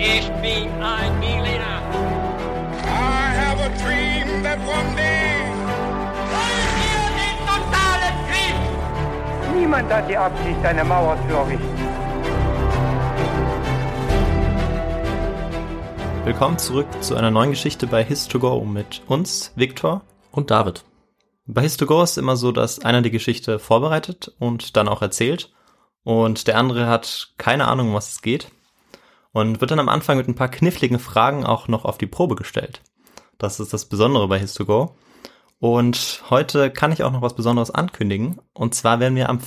Ich bin ein Berliner. I have a dream that one day. Wollen wir den totalen Krieg? Niemand hat die Absicht, eine Mauer zu errichten. Willkommen zurück zu einer neuen Geschichte bei His2Go mit uns, Viktor und David. Bei His2Go ist immer so, dass einer die Geschichte vorbereitet und dann auch erzählt und der andere hat keine Ahnung, um was es geht und wird dann am Anfang mit ein paar kniffligen Fragen auch noch auf die Probe gestellt. Das ist das Besondere bei His2Go. Und heute kann ich auch noch was Besonderes ankündigen. Und zwar werden wir am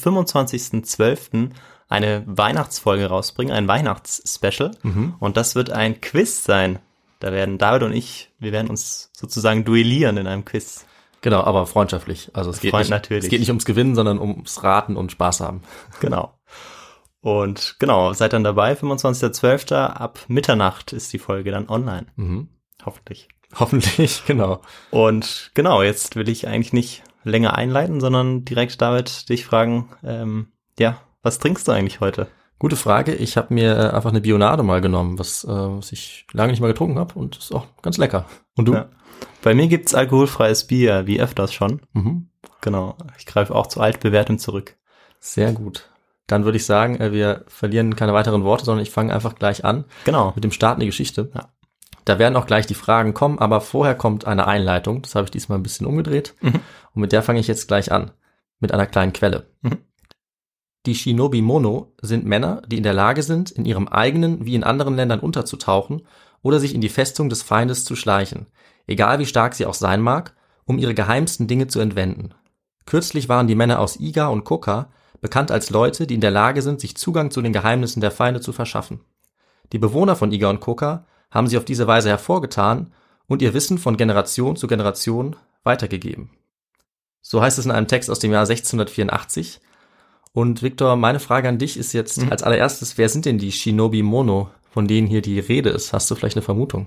25.12. eine Weihnachtsfolge rausbringen, ein Weihnachtsspecial. Und das wird ein Quiz sein. Da werden David und ich, wir werden uns sozusagen duellieren in einem Quiz. Genau, aber freundschaftlich. Also es geht nicht ums Gewinnen, sondern ums Raten und Spaß haben. Genau. Und genau, seid dann dabei, 25.12. ab Mitternacht ist die Folge dann online. Hoffentlich. Hoffentlich, genau. Und genau, jetzt will ich eigentlich nicht länger einleiten, sondern direkt, David, dich fragen, was trinkst du eigentlich heute? Gute Frage. Ich habe mir einfach eine Bionade mal genommen, was ich lange nicht mal getrunken habe und ist auch ganz lecker. Und du? Ja. Bei mir gibt's alkoholfreies Bier, wie öfters schon. Genau, ich greife auch zu altbewährtem zurück. Sehr gut. Dann würde ich sagen, wir verlieren keine weiteren Worte, sondern ich fange einfach gleich an. Genau. Mit dem Start in die Geschichte. Ja. Da werden auch gleich die Fragen kommen, aber vorher kommt eine Einleitung. Das habe ich diesmal ein bisschen umgedreht. Und mit der fange ich jetzt gleich an. Mit einer kleinen Quelle. Die Shinobi Mono sind Männer, die in der Lage sind, in ihrem eigenen wie in anderen Ländern unterzutauchen oder sich in die Festung des Feindes zu schleichen, egal wie stark sie auch sein mag, um ihre geheimsten Dinge zu entwenden. Kürzlich waren die Männer aus Iga und Koka bekannt als Leute, die in der Lage sind, sich Zugang zu den Geheimnissen der Feinde zu verschaffen. Die Bewohner von Iga und Koka haben sie auf diese Weise hervorgetan und ihr Wissen von Generation zu Generation weitergegeben. So heißt es in einem Text aus dem Jahr 1684. Und Viktor, meine Frage an dich ist jetzt als allererstes, wer sind denn die Shinobi Mono, von denen hier die Rede ist? Hast du vielleicht eine Vermutung?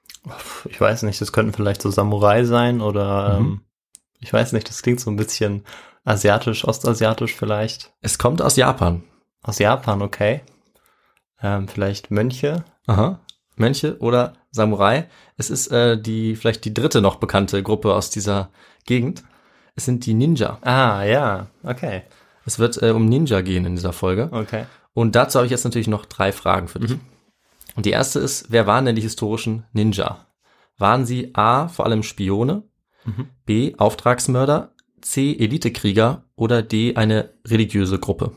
Ich weiß nicht, das könnten vielleicht so Samurai sein oder ich weiß nicht, das klingt so ein bisschen asiatisch, ostasiatisch vielleicht. Es kommt aus Japan. Aus Japan, okay. Vielleicht Mönche. Aha. Mönche oder Samurai. Es ist vielleicht die dritte noch bekannte Gruppe aus dieser Gegend. Es sind die Ninja. Ah, ja, okay. Es wird um Ninja gehen in dieser Folge. Okay. Und dazu habe ich jetzt natürlich noch 3 Fragen für dich. Und die erste ist, wer waren denn die historischen Ninja? Waren sie A, vor allem Spione, B, Auftragsmörder, C, Elitekrieger oder D, eine religiöse Gruppe?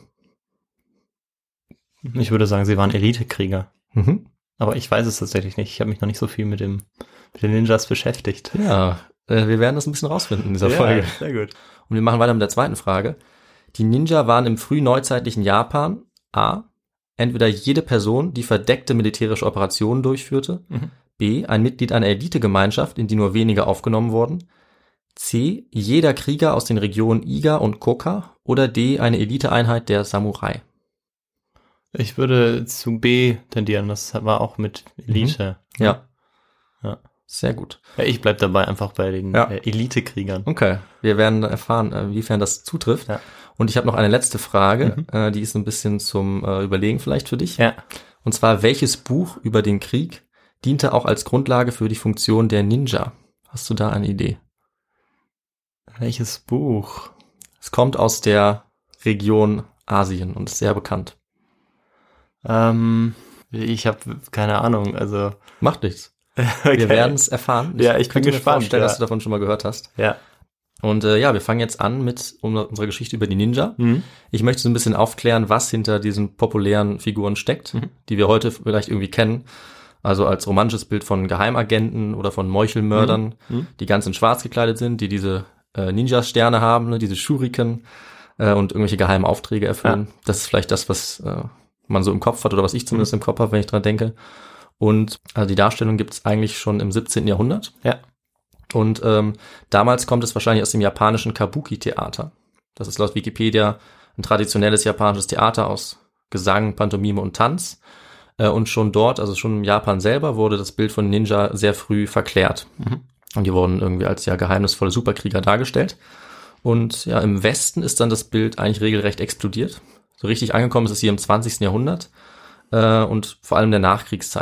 Ich würde sagen, sie waren Elitekrieger. Aber ich weiß es tatsächlich nicht. Ich habe mich noch nicht so viel mit den Ninjas beschäftigt. Ja, wir werden das ein bisschen rausfinden in dieser Folge. Sehr gut. Und wir machen weiter mit der zweiten Frage. Die Ninja waren im frühneuzeitlichen Japan A, entweder jede Person, die verdeckte militärische Operationen durchführte, B, ein Mitglied einer Elitegemeinschaft, in die nur wenige aufgenommen wurden, C, jeder Krieger aus den Regionen Iga und Koka oder D, eine Eliteeinheit der Samurai. Ich würde zu B tendieren, das war auch mit Elite. Ja. Sehr gut. Ja, ich bleib dabei einfach bei den Elitekriegern. Okay, wir werden erfahren, inwiefern das zutrifft. Ja. Und ich habe noch eine letzte Frage, die ist ein bisschen zum Überlegen vielleicht für dich. Ja. Und zwar, welches Buch über den Krieg diente auch als Grundlage für die Funktion der Ninja? Hast du da eine Idee? Welches Buch? Es kommt aus der Region Asien und ist sehr bekannt. Ich habe keine Ahnung, also... Macht nichts. Okay. Wir werden es erfahren. Ich bin gespannt. Ich kann mir vorstellen, dass du davon schon mal gehört hast. Ja. Und wir fangen jetzt an mit unserer Geschichte über die Ninja. Ich möchte so ein bisschen aufklären, was hinter diesen populären Figuren steckt, die wir heute vielleicht irgendwie kennen. Also als romantisches Bild von Geheimagenten oder von Meuchelmördern, die ganz in schwarz gekleidet sind, die diese Ninja-Sterne haben, ne, diese Shuriken und irgendwelche geheimen Aufträge erfüllen. Ja. Das ist vielleicht das, was man so im Kopf hat oder was ich zumindest im Kopf habe, wenn ich dran denke. Und also die Darstellung gibt es eigentlich schon im 17. Jahrhundert. Ja. Und damals kommt es wahrscheinlich aus dem japanischen Kabuki-Theater. Das ist laut Wikipedia ein traditionelles japanisches Theater aus Gesang, Pantomime und Tanz. Und schon dort, also schon in Japan selber, wurde das Bild von Ninja sehr früh verklärt. Und die wurden irgendwie als geheimnisvolle Superkrieger dargestellt. Und im Westen ist dann das Bild eigentlich regelrecht explodiert. So richtig angekommen ist es hier im 20. Jahrhundert und vor allem der Nachkriegszeit.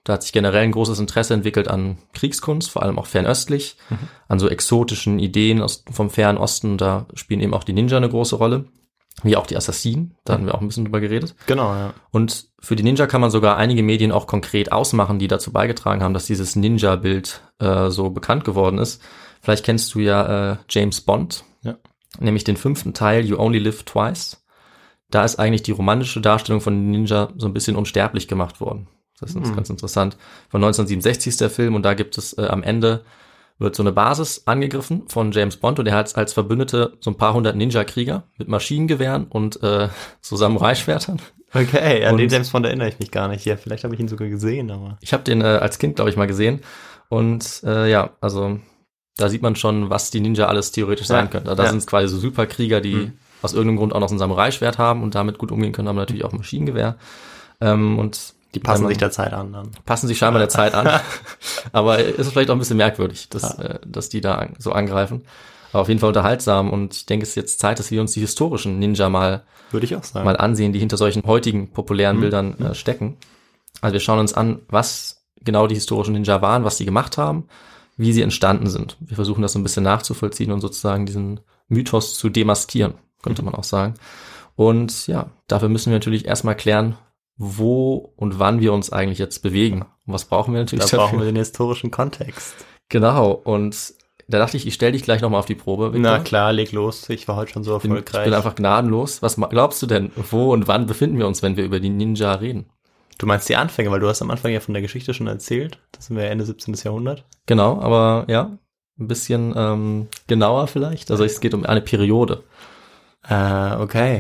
Da hat sich generell ein großes Interesse entwickelt an Kriegskunst, vor allem auch fernöstlich, an so exotischen Ideen vom Fernen Osten. Da spielen eben auch die Ninja eine große Rolle, wie auch die Assassinen. Da hatten wir auch ein bisschen drüber geredet. Genau, ja. Und für die Ninja kann man sogar einige Medien auch konkret ausmachen, die dazu beigetragen haben, dass dieses Ninja-Bild so bekannt geworden ist. Vielleicht kennst du ja James Bond, nämlich den 5. Teil You Only Live Twice. Da ist eigentlich die romantische Darstellung von Ninja so ein bisschen unsterblich gemacht worden. Das ist ganz interessant. Von 1967 ist der Film und da gibt es am Ende wird so eine Basis angegriffen von James Bond und er hat als Verbündete so ein paar hundert Ninja-Krieger mit Maschinengewehren und so Samurai-Schwertern. Okay, an den James Bond erinnere ich mich gar nicht. Ja, vielleicht habe ich ihn sogar gesehen, aber... Ich habe den als Kind, glaube ich, mal gesehen und also da sieht man schon, was die Ninja alles theoretisch sein könnten. Da sind es quasi so Superkrieger, die aus irgendeinem Grund auch noch so ein Samurai-Schwert haben und damit gut umgehen können, haben natürlich auch ein Maschinengewehr. Und die passen sich der Zeit an dann. Passen sich scheinbar der Zeit an. Aber ist vielleicht auch ein bisschen merkwürdig, dass die da so angreifen. Aber auf jeden Fall unterhaltsam. Und ich denke, es ist jetzt Zeit, dass wir uns die historischen Ninja würde ich auch sagen, mal ansehen, die hinter solchen heutigen populären Bildern stecken. Also wir schauen uns an, was genau die historischen Ninja waren, was sie gemacht haben, wie sie entstanden sind. Wir versuchen das so ein bisschen nachzuvollziehen und sozusagen diesen Mythos zu demaskieren, könnte man auch sagen. Und ja, dafür müssen wir natürlich erstmal klären, wo und wann wir uns eigentlich jetzt bewegen. Und was brauchen wir natürlich dafür? Da brauchen wir den historischen Kontext. Genau, und da dachte ich stelle dich gleich nochmal auf die Probe, Victor. Na klar, leg los. Ich war heute schon so erfolgreich. Ich bin einfach gnadenlos. Was glaubst du denn, wo und wann befinden wir uns, wenn wir über die Ninja reden? Du meinst die Anfänge, weil du hast am Anfang ja von der Geschichte schon erzählt. Das sind wir ja Ende 17. Jahrhundert. Genau, aber ja, ein bisschen genauer vielleicht. Also es geht um eine Periode. Okay.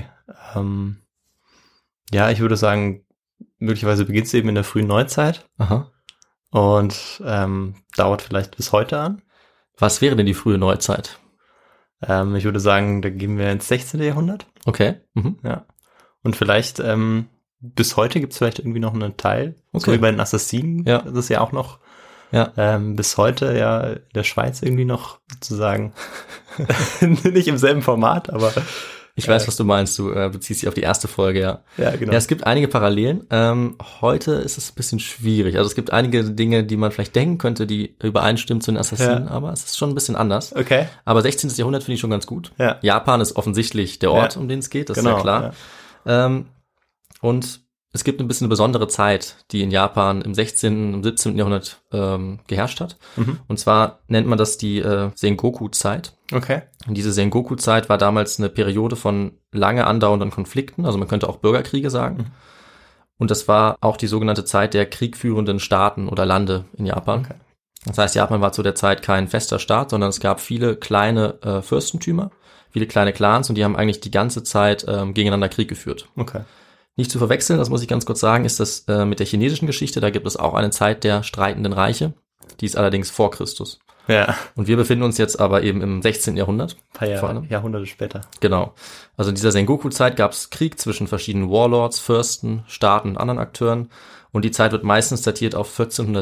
Ja, ich würde sagen, möglicherweise beginnt es eben in der frühen Neuzeit. Aha. Und dauert vielleicht bis heute an. Was wäre denn die frühe Neuzeit? Ich würde sagen, da gehen wir ins 16. Jahrhundert. Okay. Ja. Und vielleicht bis heute gibt es vielleicht irgendwie noch einen Teil. Okay. So wie bei den Assassinen. Ja. Das ist ja auch noch bis heute ja in der Schweiz irgendwie noch sozusagen nicht im selben Format, aber ich weiß, was du meinst. Du beziehst dich auf die erste Folge, ja. Ja, genau. Ja, es gibt einige Parallelen. Heute ist es ein bisschen schwierig. Also es gibt einige Dinge, die man vielleicht denken könnte, die übereinstimmen zu den Assassinen, aber es ist schon ein bisschen anders. Okay. Aber 16. Jahrhundert finde ich schon ganz gut. Ja. Japan ist offensichtlich der Ort, um den es geht, das ist ja klar. Ja. Und es gibt ein bisschen eine besondere Zeit, die in Japan im 16. und 17. Jahrhundert geherrscht hat. Und zwar nennt man das die Sengoku-Zeit. Okay. Und diese Sengoku-Zeit war damals eine Periode von lange andauernden Konflikten, also man könnte auch Bürgerkriege sagen. Und das war auch die sogenannte Zeit der kriegführenden Staaten oder Lande in Japan. Okay. Das heißt, Japan war zu der Zeit kein fester Staat, sondern es gab viele kleine Fürstentümer, viele kleine Clans und die haben eigentlich die ganze Zeit gegeneinander Krieg geführt. Okay. Nicht zu verwechseln, das muss ich ganz kurz sagen, ist das mit der chinesischen Geschichte, da gibt es auch eine Zeit der streitenden Reiche, die ist allerdings vor Christus. Ja. Und wir befinden uns jetzt aber eben im 16. Jahrhundert. Ein paar Jahrhunderte später. Genau. Also in dieser Sengoku-Zeit gab es Krieg zwischen verschiedenen Warlords, Fürsten, Staaten und anderen Akteuren und die Zeit wird meistens datiert auf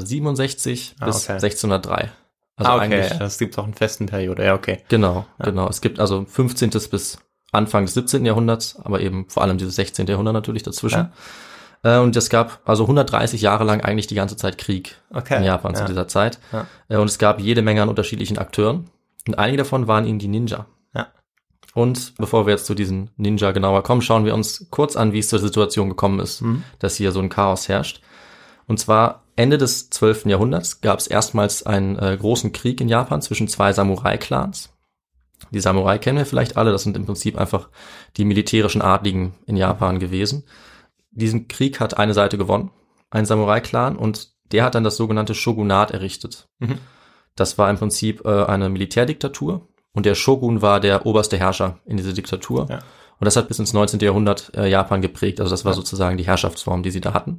1467 bis 1603. Also okay, das gibt auch einen festen Periode, ja, okay. Genau. Es gibt also 15. bis Anfang des 17. Jahrhunderts, aber eben vor allem dieses 16. Jahrhundert natürlich dazwischen. Ja. Und es gab also 130 Jahre lang eigentlich die ganze Zeit Krieg in Japan zu dieser Zeit. Ja. Und es gab jede Menge an unterschiedlichen Akteuren. Und einige davon waren eben die Ninja. Ja. Und bevor wir jetzt zu diesen Ninja genauer kommen, schauen wir uns kurz an, wie es zur Situation gekommen ist, dass hier so ein Chaos herrscht. Und zwar Ende des 12. Jahrhunderts gab es erstmals einen großen Krieg in Japan zwischen zwei Samurai-Clans. Die Samurai kennen wir vielleicht alle, das sind im Prinzip einfach die militärischen Adligen in Japan gewesen. Diesen Krieg hat eine Seite gewonnen, ein Samurai-Clan, und der hat dann das sogenannte Shogunat errichtet. Das war im Prinzip eine Militärdiktatur und der Shogun war der oberste Herrscher in dieser Diktatur. Ja. Und das hat bis ins 19. Jahrhundert Japan geprägt, also das war sozusagen die Herrschaftsform, die sie da hatten.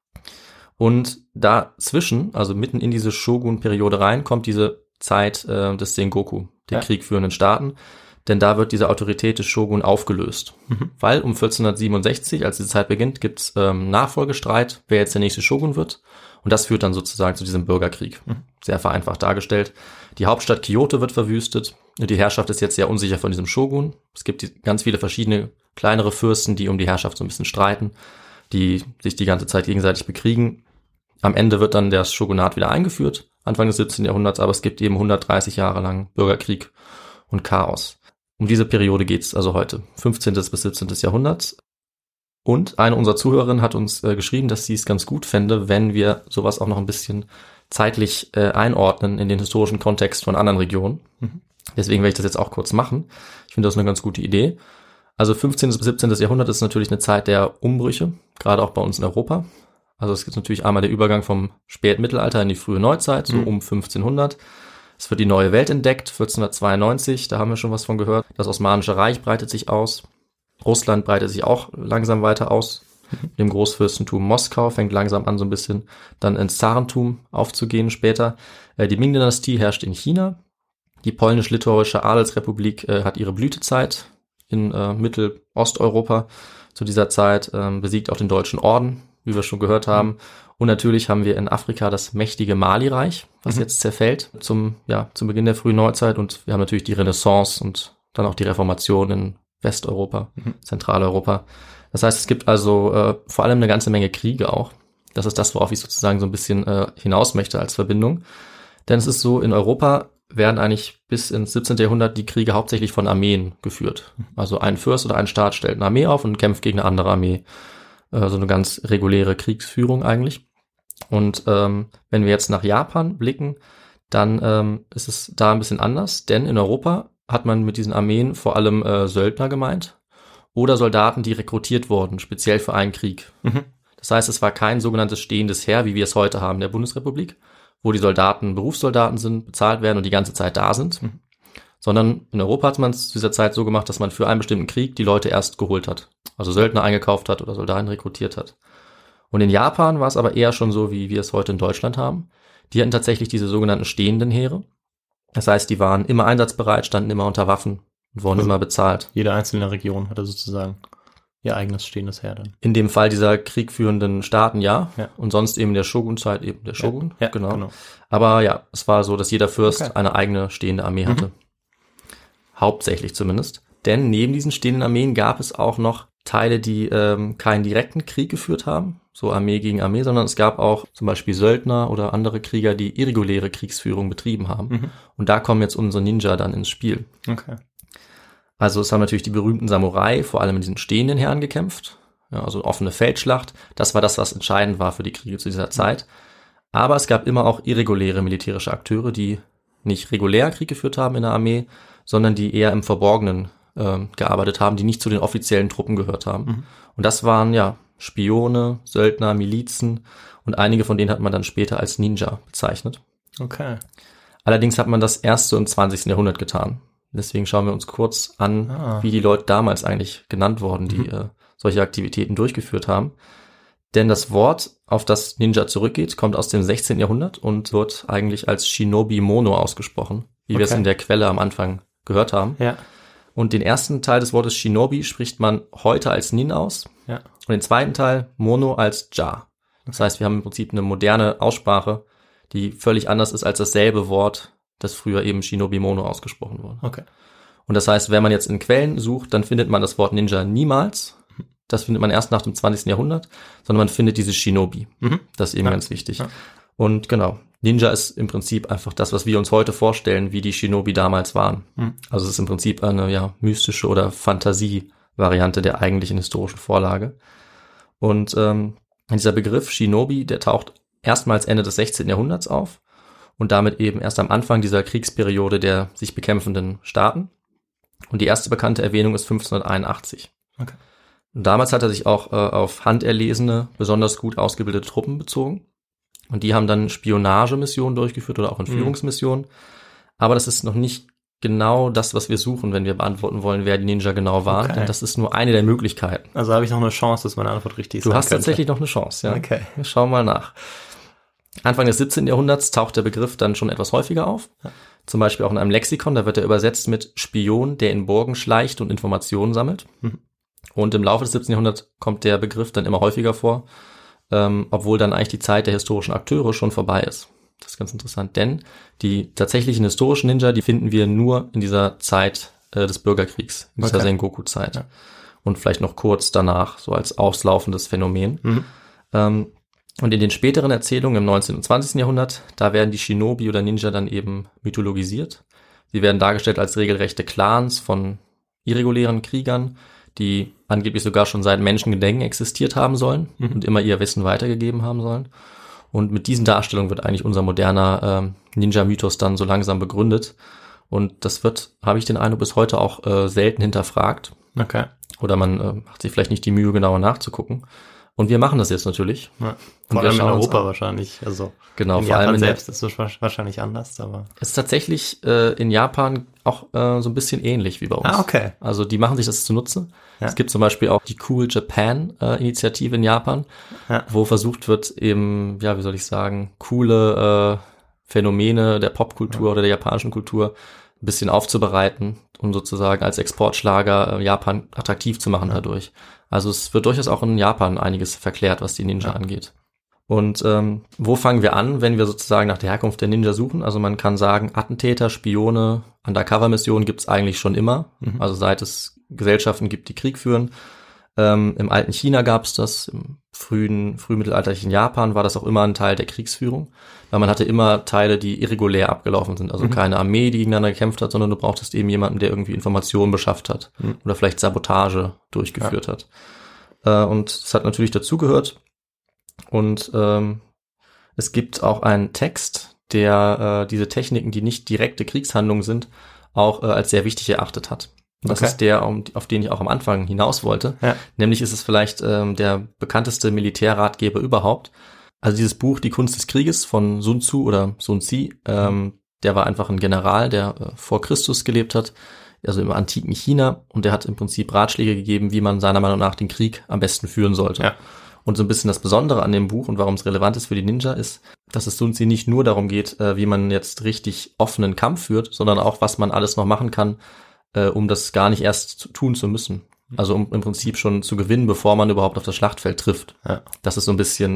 Und dazwischen, also mitten in diese Shogun-Periode rein, kommt diese Zeit des Sengoku, der kriegführenden Staaten, denn da wird diese Autorität des Shogun aufgelöst. Weil um 1467, als diese Zeit beginnt, gibt es Nachfolgestreit, wer jetzt der nächste Shogun wird. Und das führt dann sozusagen zu diesem Bürgerkrieg. Sehr vereinfacht dargestellt. Die Hauptstadt Kyoto wird verwüstet. Und die Herrschaft ist jetzt sehr unsicher von diesem Shogun. Es gibt ganz viele verschiedene kleinere Fürsten, die um die Herrschaft so ein bisschen streiten, die sich die ganze Zeit gegenseitig bekriegen. Am Ende wird dann das Shogunat wieder eingeführt, Anfang des 17. Jahrhunderts, aber es gibt eben 130 Jahre lang Bürgerkrieg und Chaos. Um diese Periode geht's also heute, 15. bis 17. Jahrhundert. Und eine unserer Zuhörerinnen hat uns geschrieben, dass sie es ganz gut fände, wenn wir sowas auch noch ein bisschen zeitlich einordnen in den historischen Kontext von anderen Regionen. Deswegen werde ich das jetzt auch kurz machen. Ich finde das eine ganz gute Idee. Also 15. bis 17. Jahrhundert ist natürlich eine Zeit der Umbrüche, gerade auch bei uns in Europa. Also es gibt natürlich einmal der Übergang vom Spätmittelalter in die frühe Neuzeit, so um 1500. Es wird die neue Welt entdeckt, 1492, da haben wir schon was von gehört. Das Osmanische Reich breitet sich aus. Russland breitet sich auch langsam weiter aus. Dem Großfürstentum Moskau fängt langsam an, so ein bisschen dann ins Zarentum aufzugehen später. Die Ming-Dynastie herrscht in China. Die polnisch-litauische Adelsrepublik hat ihre Blütezeit in Mittelosteuropa zu dieser Zeit, besiegt auch den Deutschen Orden, wie wir schon gehört haben. Und natürlich haben wir in Afrika das mächtige Mali-Reich, was jetzt zerfällt zum Beginn der frühen Neuzeit. Und wir haben natürlich die Renaissance und dann auch die Reformation in Westeuropa, Zentraleuropa. Das heißt, es gibt also vor allem eine ganze Menge Kriege auch. Das ist das, worauf ich sozusagen so ein bisschen hinaus möchte als Verbindung. Denn es ist so, in Europa werden eigentlich bis ins 17. Jahrhundert die Kriege hauptsächlich von Armeen geführt. Also ein Fürst oder ein Staat stellt eine Armee auf und kämpft gegen eine andere Armee. So eine ganz reguläre Kriegsführung eigentlich. Und wenn wir jetzt nach Japan blicken, dann ist es da ein bisschen anders, denn in Europa hat man mit diesen Armeen vor allem Söldner gemeint oder Soldaten, die rekrutiert wurden, speziell für einen Krieg. Das heißt, es war kein sogenanntes stehendes Heer, wie wir es heute haben in der Bundesrepublik, wo die Soldaten Berufssoldaten sind, bezahlt werden und die ganze Zeit da sind, sondern in Europa hat man es zu dieser Zeit so gemacht, dass man für einen bestimmten Krieg die Leute erst geholt hat, also Söldner eingekauft hat oder Soldaten rekrutiert hat. Und in Japan war es aber eher schon so, wie wir es heute in Deutschland haben. Die hatten tatsächlich diese sogenannten stehenden Heere. Das heißt, die waren immer einsatzbereit, standen immer unter Waffen und wurden immer bezahlt. Jede einzelne Region hatte sozusagen ihr eigenes stehendes Heer dann. In dem Fall dieser kriegführenden Staaten, ja. Und sonst eben der Shogun-Zeit eben der Shogun. Ja, genau. Aber ja, es war so, dass jeder Fürst eine eigene stehende Armee hatte. Hauptsächlich zumindest. Denn neben diesen stehenden Armeen gab es auch noch Teile, die keinen direkten Krieg geführt haben, so Armee gegen Armee, sondern es gab auch zum Beispiel Söldner oder andere Krieger, die irreguläre Kriegsführung betrieben haben. Und da kommen jetzt unsere Ninja dann ins Spiel. Okay. Also es haben natürlich die berühmten Samurai vor allem in diesen stehenden Heeren gekämpft. Ja, also offene Feldschlacht. Das war das, was entscheidend war für die Kriege zu dieser Zeit. Aber es gab immer auch irreguläre militärische Akteure, die nicht regulär Krieg geführt haben in der Armee, sondern die eher im Verborgenen gearbeitet haben, die nicht zu den offiziellen Truppen gehört haben. Und das waren ja Spione, Söldner, Milizen und einige von denen hat man dann später als Ninja bezeichnet. Okay. Allerdings hat man das erst so im 20. Jahrhundert getan. Deswegen schauen wir uns kurz an, wie die Leute damals eigentlich genannt wurden, die solche Aktivitäten durchgeführt haben. Denn das Wort, auf das Ninja zurückgeht, kommt aus dem 16. Jahrhundert und wird eigentlich als Shinobi Mono ausgesprochen, wie wir es in der Quelle am Anfang gehört haben. Ja. Und den ersten Teil des Wortes Shinobi spricht man heute als Nin aus. Ja. Und den zweiten Teil Mono als Ja. Das heißt, wir haben im Prinzip eine moderne Aussprache, die völlig anders ist als dasselbe Wort, das früher eben Shinobi Mono ausgesprochen wurde. Okay. Und das heißt, wenn man jetzt in Quellen sucht, dann findet man das Wort Ninja niemals. Das findet man erst nach dem 20. Jahrhundert, sondern man findet dieses Shinobi. Das ist eben ganz wichtig. Ja. Und genau, Ninja ist im Prinzip einfach das, was wir uns heute vorstellen, wie die Shinobi damals waren. Also es ist im Prinzip eine mystische oder Fantasie-Variante der eigentlichen historischen Vorlage. Und dieser Begriff Shinobi, der taucht erstmals Ende des 16. Jahrhunderts auf und damit eben erst am Anfang dieser Kriegsperiode der sich bekämpfenden Staaten. Und die erste bekannte Erwähnung ist 1581. Okay. Und damals hat er sich auch auf handerlesene, besonders gut ausgebildete Truppen bezogen. Und die haben dann Spionagemissionen durchgeführt oder auch Entführungsmissionen. Aber das ist noch nicht genau das, was wir suchen, wenn wir beantworten wollen, wer die Ninja genau waren. Okay. Denn das ist nur eine der Möglichkeiten. Also habe ich noch eine Chance, dass meine Antwort richtig ist. Du hast tatsächlich noch eine Chance, ja. Okay. Wir schauen mal nach. Anfang des 17. Jahrhunderts taucht der Begriff dann schon etwas häufiger auf. Ja. Zum Beispiel auch in einem Lexikon, da wird er übersetzt mit Spion, der in Burgen schleicht und Informationen sammelt. Und im Laufe des 17. Jahrhunderts kommt der Begriff dann immer häufiger vor, obwohl dann eigentlich die Zeit der historischen Akteure schon vorbei ist. Das ist ganz interessant, denn die tatsächlichen historischen Ninja, die finden wir nur in dieser Zeit des Bürgerkriegs, in dieser Sengoku-Zeit. Ja. Und vielleicht noch kurz danach, so als auslaufendes Phänomen. Und in den späteren Erzählungen im 19. und 20. Jahrhundert, da werden die Shinobi oder Ninja dann eben mythologisiert. Sie werden dargestellt als regelrechte Clans von irregulären Kriegern, die angeblich sogar schon seit Menschengedenken existiert haben sollen und immer ihr Wissen weitergegeben haben sollen. Und mit diesen Darstellungen wird eigentlich unser moderner Ninja-Mythos dann so langsam begründet. Und das wird, habe ich den Eindruck, bis heute auch selten hinterfragt. Okay. Oder man hat sich vielleicht nicht die Mühe, genauer nachzugucken. Und wir machen das jetzt natürlich. Ja. Vor allem in Europa wahrscheinlich. Also genau, in vor Japan allem selbst ist es wahrscheinlich anders, aber es ist tatsächlich in Japan auch so ein bisschen ähnlich wie bei uns. Ah, okay. Also die machen sich das zunutze. Ja. Es gibt zum Beispiel auch die Cool Japan Initiative in Japan, wo versucht wird eben, ja, wie soll ich sagen, coole Phänomene der Popkultur oder der japanischen Kultur ein bisschen aufzubereiten und sozusagen als Exportschlager Japan attraktiv zu machen dadurch. Also es wird durchaus auch in Japan einiges verklärt, was die Ninja angeht. Und wo fangen wir an, wenn wir sozusagen nach der Herkunft der Ninja suchen? Also man kann sagen, Attentäter, Spione, Undercover-Missionen gibt's eigentlich schon immer. Also seit es Gesellschaften gibt, die Krieg führen. Im alten China gab's das, im frühmittelalterlichen Japan war das auch immer ein Teil der Kriegsführung. Weil man hatte immer Teile, die irregulär abgelaufen sind. Also keine Armee, die gegeneinander gekämpft hat, sondern du brauchtest eben jemanden, der irgendwie Informationen beschafft hat oder vielleicht Sabotage durchgeführt hat. Und das hat natürlich dazugehört. Und es gibt auch einen Text, der diese Techniken, die nicht direkte Kriegshandlungen sind, auch als sehr wichtig erachtet hat. Das ist der, auf den ich auch am Anfang hinaus wollte. Ja. Nämlich ist es vielleicht der bekannteste Militärratgeber überhaupt. Also dieses Buch Die Kunst des Krieges von Sun Tzu oder Sun Tzu, der war einfach ein General, der vor Christus gelebt hat, also im antiken China. Und der hat im Prinzip Ratschläge gegeben, wie man seiner Meinung nach den Krieg am besten führen sollte. Ja. Und so ein bisschen das Besondere an dem Buch und warum es relevant ist für die Ninja ist, dass es Sun Tzu nicht nur darum geht, wie man jetzt richtig offenen Kampf führt, sondern auch, was man alles noch machen kann, um das gar nicht erst tun zu müssen. Also um im Prinzip schon zu gewinnen, bevor man überhaupt auf das Schlachtfeld trifft. Ja. Das ist so ein bisschen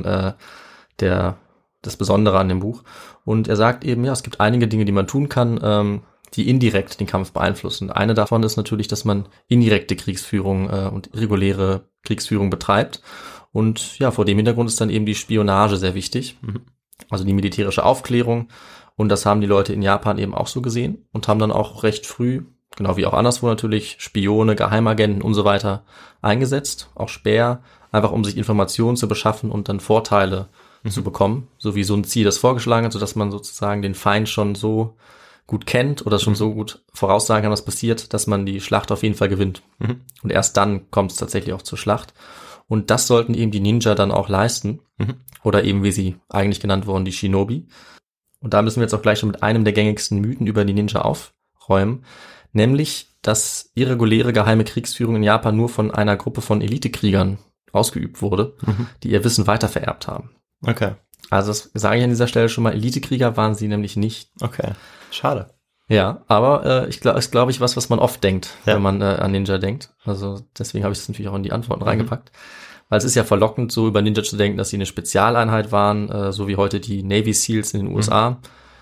das Besondere an dem Buch. Und er sagt eben, ja, es gibt einige Dinge, die man tun kann, die indirekt den Kampf beeinflussen. Eine davon ist natürlich, dass man indirekte Kriegsführung und irreguläre Kriegsführung betreibt. Und ja, vor dem Hintergrund ist dann eben die Spionage sehr wichtig. Also die militärische Aufklärung. Und das haben die Leute in Japan eben auch so gesehen und haben dann auch recht früh, genau wie auch anderswo natürlich, Spione, Geheimagenten und so weiter eingesetzt, auch Späher, einfach um sich Informationen zu beschaffen und dann Vorteile zu bekommen, so wie Sun Tzu das vorgeschlagen hat, sodass man sozusagen den Feind schon so gut kennt oder schon so gut voraussagen kann, was passiert, dass man die Schlacht auf jeden Fall gewinnt. Und erst dann kommt es tatsächlich auch zur Schlacht. Und das sollten eben die Ninja dann auch leisten. Oder eben, wie sie eigentlich genannt wurden, die Shinobi. Und da müssen wir jetzt auch gleich schon mit einem der gängigsten Mythen über die Ninja aufräumen. Nämlich, dass irreguläre geheime Kriegsführung in Japan nur von einer Gruppe von Elitekriegern ausgeübt wurde, die ihr Wissen weitervererbt haben. Okay. Also das sage ich an dieser Stelle schon mal, Elitekrieger waren sie nämlich nicht. Okay, schade. Ja, aber ist, glaube ich, was man oft denkt, wenn man an Ninja denkt. Also deswegen habe ich das natürlich auch in die Antworten reingepackt. Weil es ist ja verlockend, so über Ninja zu denken, dass sie eine Spezialeinheit waren, so wie heute die Navy Seals in den USA.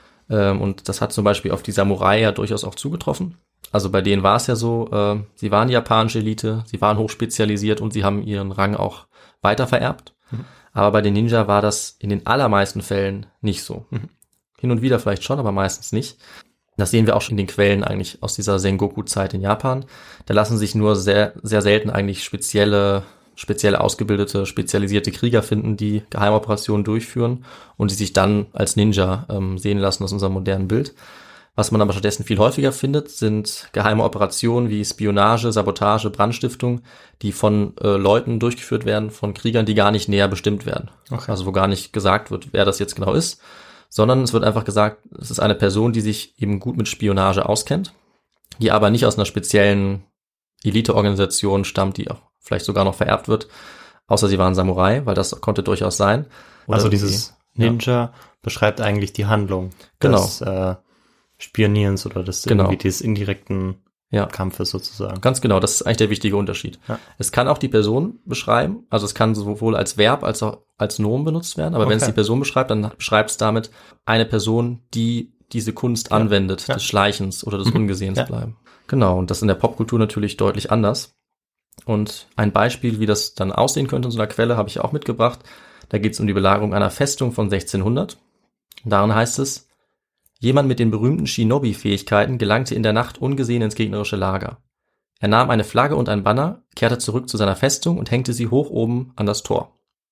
Und das hat zum Beispiel auf die Samurai ja durchaus auch zugetroffen. Also bei denen war es ja so, sie waren japanische Elite, sie waren hochspezialisiert und sie haben ihren Rang auch weitervererbt. Aber bei den Ninja war das in den allermeisten Fällen nicht so. Hin und wieder vielleicht schon, aber meistens nicht. Das sehen wir auch schon in den Quellen eigentlich aus dieser Sengoku-Zeit in Japan. Da lassen sich nur sehr, sehr selten eigentlich speziell ausgebildete, spezialisierte Krieger finden, die Geheimoperationen durchführen und die sich dann als Ninja sehen lassen aus unserem modernen Bild. Was man aber stattdessen viel häufiger findet, sind geheime Operationen wie Spionage, Sabotage, Brandstiftung, die von Leuten durchgeführt werden, von Kriegern, die gar nicht näher bestimmt werden. Okay. Also wo gar nicht gesagt wird, wer das jetzt genau ist, sondern es wird einfach gesagt, es ist eine Person, die sich eben gut mit Spionage auskennt, die aber nicht aus einer speziellen Eliteorganisation stammt, die auch vielleicht sogar noch vererbt wird, außer sie waren Samurai, weil das konnte durchaus sein. Oder also dieses Ninja beschreibt eigentlich die Handlung des Spionierens oder irgendwie des indirekten Kampfes sozusagen. Ganz genau, das ist eigentlich der wichtige Unterschied. Ja. Es kann auch die Person beschreiben, also es kann sowohl als Verb als auch als Nomen benutzt werden, aber wenn es die Person beschreibt, dann beschreibt es damit eine Person, die diese Kunst anwendet, des Schleichens oder des Ungesehens bleiben. Genau, und das in der Popkultur natürlich deutlich anders. Und ein Beispiel, wie das dann aussehen könnte in so einer Quelle, habe ich auch mitgebracht. Da geht es um die Belagerung einer Festung von 1600. Darin heißt es: Jemand mit den berühmten Shinobi-Fähigkeiten gelangte in der Nacht ungesehen ins gegnerische Lager. Er nahm eine Flagge und ein Banner, kehrte zurück zu seiner Festung und hängte sie hoch oben an das Tor.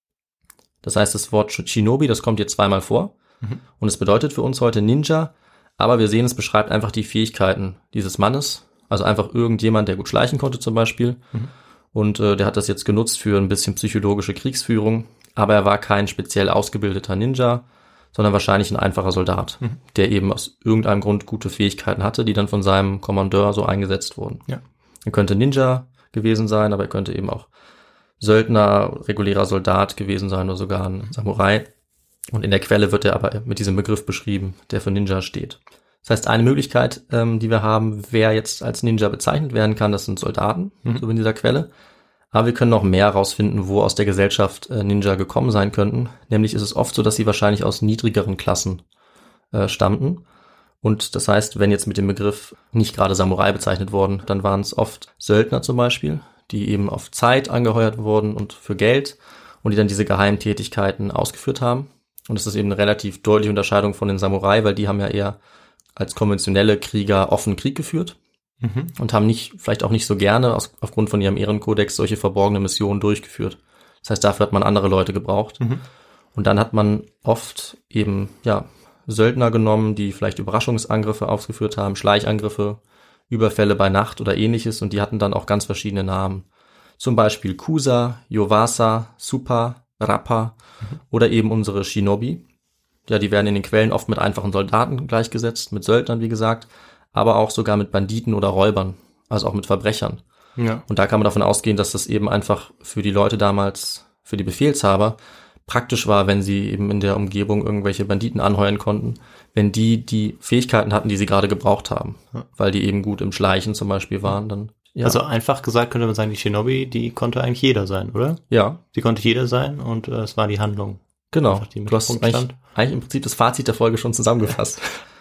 Das heißt, das Wort Shinobi, das kommt hier zweimal vor. Und es bedeutet für uns heute Ninja, aber wir sehen, es beschreibt einfach die Fähigkeiten dieses Mannes. Also einfach irgendjemand, der gut schleichen konnte zum Beispiel. Und der hat das jetzt genutzt für ein bisschen psychologische Kriegsführung. Aber er war kein speziell ausgebildeter Ninja, sondern wahrscheinlich ein einfacher Soldat, der eben aus irgendeinem Grund gute Fähigkeiten hatte, die dann von seinem Kommandeur so eingesetzt wurden. Ja. Er könnte Ninja gewesen sein, aber er könnte eben auch Söldner, regulärer Soldat gewesen sein oder sogar ein Samurai. Und in der Quelle wird er aber mit diesem Begriff beschrieben, der für Ninja steht. Das heißt, eine Möglichkeit, die wir haben, wer jetzt als Ninja bezeichnet werden kann, das sind Soldaten, so in dieser Quelle. Aber wir können noch mehr herausfinden, wo aus der Gesellschaft Ninja gekommen sein könnten. Nämlich ist es oft so, dass sie wahrscheinlich aus niedrigeren Klassen stammten. Und das heißt, wenn jetzt mit dem Begriff nicht gerade Samurai bezeichnet wurden, dann waren es oft Söldner zum Beispiel, die eben auf Zeit angeheuert wurden und für Geld und die dann diese geheimen Tätigkeiten ausgeführt haben. Und das ist eben eine relativ deutliche Unterscheidung von den Samurai, weil die haben ja eher als konventionelle Krieger offen Krieg geführt und haben vielleicht auch nicht so gerne aufgrund von ihrem Ehrenkodex solche verborgene Missionen durchgeführt. Das heißt, dafür hat man andere Leute gebraucht. Und dann hat man oft eben, Söldner genommen, die vielleicht Überraschungsangriffe ausgeführt haben, Schleichangriffe, Überfälle bei Nacht oder ähnliches, und die hatten dann auch ganz verschiedene Namen. Zum Beispiel Kusa, Yowasa, Supa, Rappa oder eben unsere Shinobi. Ja, die werden in den Quellen oft mit einfachen Soldaten gleichgesetzt, mit Söldnern, wie gesagt, aber auch sogar mit Banditen oder Räubern, also auch mit Verbrechern. Ja. Und da kann man davon ausgehen, dass das eben einfach für die Leute damals, für die Befehlshaber, praktisch war, wenn sie eben in der Umgebung irgendwelche Banditen anheuern konnten, wenn die Fähigkeiten hatten, die sie gerade gebraucht haben, weil die eben gut im Schleichen zum Beispiel waren, dann. Ja. Also einfach gesagt könnte man sagen, die Shinobi, die konnte eigentlich jeder sein, oder? Ja. Die konnte jeder sein und es war die Handlung. Genau. Du hast eigentlich im Prinzip das Fazit der Folge schon zusammengefasst.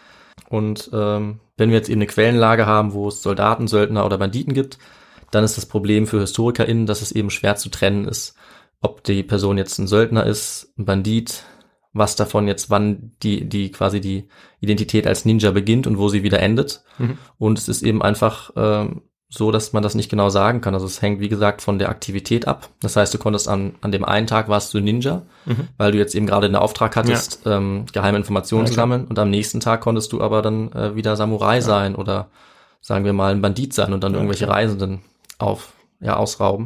Und wenn wir jetzt eben eine Quellenlage haben, wo es Soldaten, Söldner oder Banditen gibt, dann ist das Problem für HistorikerInnen, dass es eben schwer zu trennen ist, ob die Person jetzt ein Söldner ist, ein Bandit, was davon jetzt wann die quasi die Identität als Ninja beginnt und wo sie wieder endet. Und es ist eben einfach so, dass man das nicht genau sagen kann. Also es hängt, wie gesagt, von der Aktivität ab. Das heißt, du konntest an dem einen Tag warst du Ninja, weil du jetzt eben gerade den Auftrag hattest, geheime Informationen zu sammeln, und am nächsten Tag konntest du aber dann wieder Samurai sein oder sagen wir mal ein Bandit sein und dann irgendwelche Reisenden ausrauben.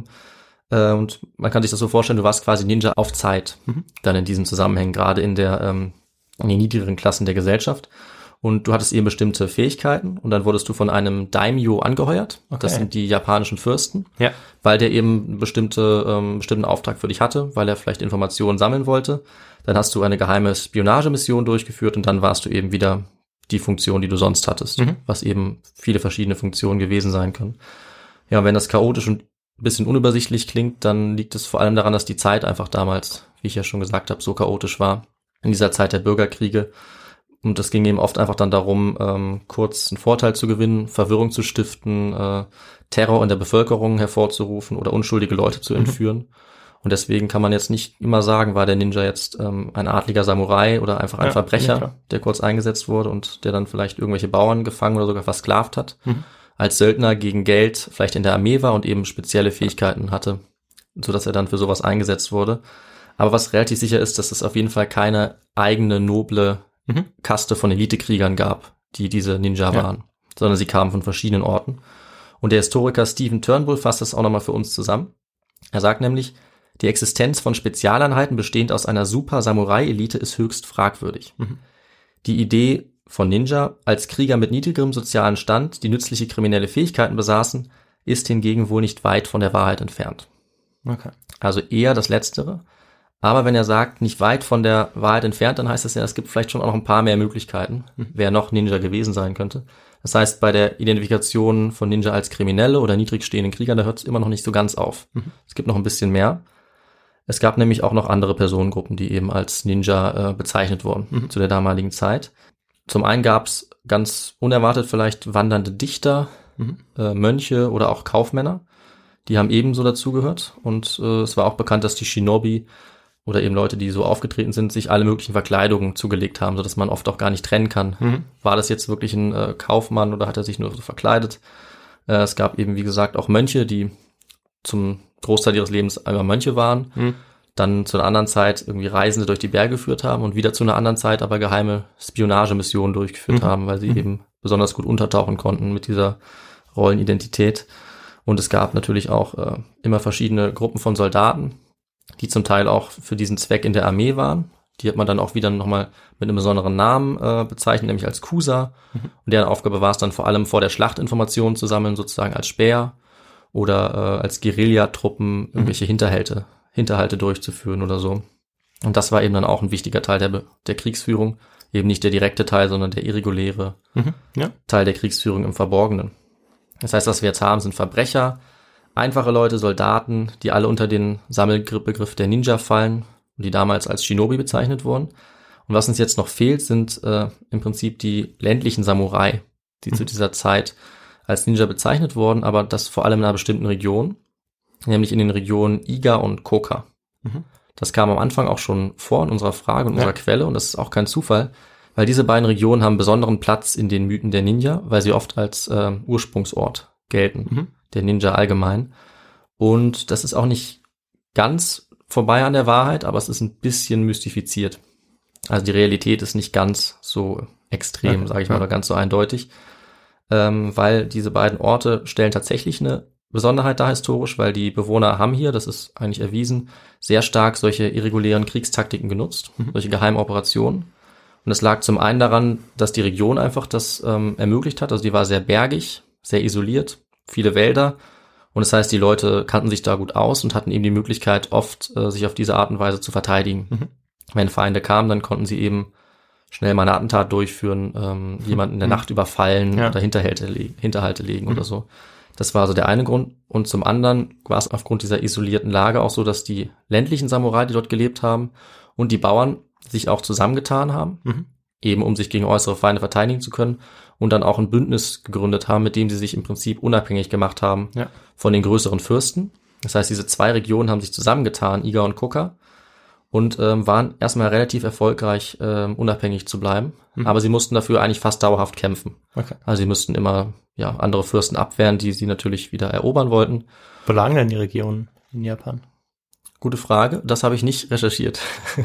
Und man kann sich das so vorstellen, du warst quasi Ninja auf Zeit, dann in diesem Zusammenhang, gerade in den niedrigeren Klassen der Gesellschaft. Und du hattest eben bestimmte Fähigkeiten und dann wurdest du von einem Daimyo angeheuert. Okay. Das sind die japanischen Fürsten, weil der eben einen bestimmten Auftrag für dich hatte, weil er vielleicht Informationen sammeln wollte. Dann hast du eine geheime Spionagemission durchgeführt und dann warst du eben wieder die Funktion, die du sonst hattest, was eben viele verschiedene Funktionen gewesen sein können. Ja, und wenn das chaotisch und ein bisschen unübersichtlich klingt, dann liegt es vor allem daran, dass die Zeit einfach damals, wie ich ja schon gesagt habe, so chaotisch war. In dieser Zeit der Bürgerkriege. Und es ging eben oft einfach dann darum, kurz einen Vorteil zu gewinnen, Verwirrung zu stiften, Terror in der Bevölkerung hervorzurufen oder unschuldige Leute zu entführen. Und deswegen kann man jetzt nicht immer sagen, war der Ninja jetzt ein adliger Samurai oder einfach ein Verbrecher, der kurz eingesetzt wurde und der dann vielleicht irgendwelche Bauern gefangen oder sogar versklavt hat. Als Söldner gegen Geld vielleicht in der Armee war und eben spezielle Fähigkeiten hatte, sodass er dann für sowas eingesetzt wurde. Aber was relativ sicher ist, dass es auf jeden Fall keine eigene noble Kaste von Elitekriegern gab, die diese Ninja waren, sondern sie kamen von verschiedenen Orten. Und der Historiker Stephen Turnbull fasst das auch nochmal für uns zusammen. Er sagt nämlich, die Existenz von Spezialeinheiten bestehend aus einer Super-Samurai-Elite ist höchst fragwürdig. Die Idee von Ninja als Krieger mit niedrigerem sozialen Stand, die nützliche kriminelle Fähigkeiten besaßen, ist hingegen wohl nicht weit von der Wahrheit entfernt. Okay. Also eher das Letztere. Aber wenn er sagt, nicht weit von der Wahrheit entfernt, dann heißt das ja, es gibt vielleicht schon auch noch ein paar mehr Möglichkeiten, wer noch Ninja gewesen sein könnte. Das heißt, bei der Identifikation von Ninja als Kriminelle oder niedrig stehenden Krieger, da hört es immer noch nicht so ganz auf. Es gibt noch ein bisschen mehr. Es gab nämlich auch noch andere Personengruppen, die eben als Ninja bezeichnet wurden zu der damaligen Zeit. Zum einen gab es ganz unerwartet vielleicht wandernde Dichter, Mönche oder auch Kaufmänner. Die haben ebenso dazugehört. Und es war auch bekannt, dass die Shinobi oder eben Leute, die so aufgetreten sind, sich alle möglichen Verkleidungen zugelegt haben, sodass man oft auch gar nicht trennen kann. War das jetzt wirklich ein Kaufmann oder hat er sich nur so verkleidet? Es gab eben, wie gesagt, auch Mönche, die zum Großteil ihres Lebens einmal Mönche waren, dann zu einer anderen Zeit irgendwie Reisende durch die Berge geführt haben und wieder zu einer anderen Zeit aber geheime Spionagemissionen durchgeführt haben, weil sie eben besonders gut untertauchen konnten mit dieser Rollenidentität. Und es gab natürlich auch immer verschiedene Gruppen von Soldaten, die zum Teil auch für diesen Zweck in der Armee waren. Die hat man dann auch wieder nochmal mit einem besonderen Namen bezeichnet, nämlich als Kusa. Und deren Aufgabe war es dann vor allem vor der Schlacht Informationen zu sammeln, sozusagen als Späher oder als Guerillatruppen irgendwelche Hinterhalte durchzuführen oder so. Und das war eben dann auch ein wichtiger Teil der Kriegsführung. Eben nicht der direkte Teil, sondern der irreguläre Teil der Kriegsführung im Verborgenen. Das heißt, was wir jetzt haben, sind Verbrecher, einfache Leute, Soldaten, die alle unter den Sammelbegriff der Ninja fallen und die damals als Shinobi bezeichnet wurden. Und was uns jetzt noch fehlt, sind im Prinzip die ländlichen Samurai, die zu dieser Zeit als Ninja bezeichnet wurden, aber das vor allem in einer bestimmten Region, nämlich in den Regionen Iga und Koka. Das kam am Anfang auch schon vor in unserer Frage und unserer Quelle und das ist auch kein Zufall, weil diese beiden Regionen haben besonderen Platz in den Mythen der Ninja, weil sie oft als Ursprungsort gelten, der Ninja allgemein. Und das ist auch nicht ganz vorbei an der Wahrheit, aber es ist ein bisschen mystifiziert. Also die Realität ist nicht ganz so extrem, sage ich mal, oder ganz so eindeutig, weil diese beiden Orte stellen tatsächlich eine Besonderheit da historisch, weil die Bewohner haben hier, das ist eigentlich erwiesen, sehr stark solche irregulären Kriegstaktiken genutzt, solche geheimen Operationen. Und es lag zum einen daran, dass die Region einfach das ermöglicht hat. Also die war sehr bergig, sehr isoliert, viele Wälder. Und das heißt, die Leute kannten sich da gut aus und hatten eben die Möglichkeit, oft sich auf diese Art und Weise zu verteidigen. Wenn Feinde kamen, dann konnten sie eben schnell mal ein Attentat durchführen, jemanden in der Nacht überfallen oder Hinterhalte legen oder so. Das war so der eine Grund. Und zum anderen war es aufgrund dieser isolierten Lage auch so, dass die ländlichen Samurai, die dort gelebt haben, und die Bauern sich auch zusammengetan haben, eben um sich gegen äußere Feinde verteidigen zu können und dann auch ein Bündnis gegründet haben, mit dem sie sich im Prinzip unabhängig gemacht haben von den größeren Fürsten. Das heißt, diese zwei Regionen haben sich zusammengetan, Iga und Koka, und waren erstmal relativ erfolgreich, unabhängig zu bleiben. Aber sie mussten dafür eigentlich fast dauerhaft kämpfen. Also sie mussten immer andere Fürsten abwehren, die sie natürlich wieder erobern wollten. Wo lagen denn die Regionen in Japan? Gute Frage, das habe ich nicht recherchiert.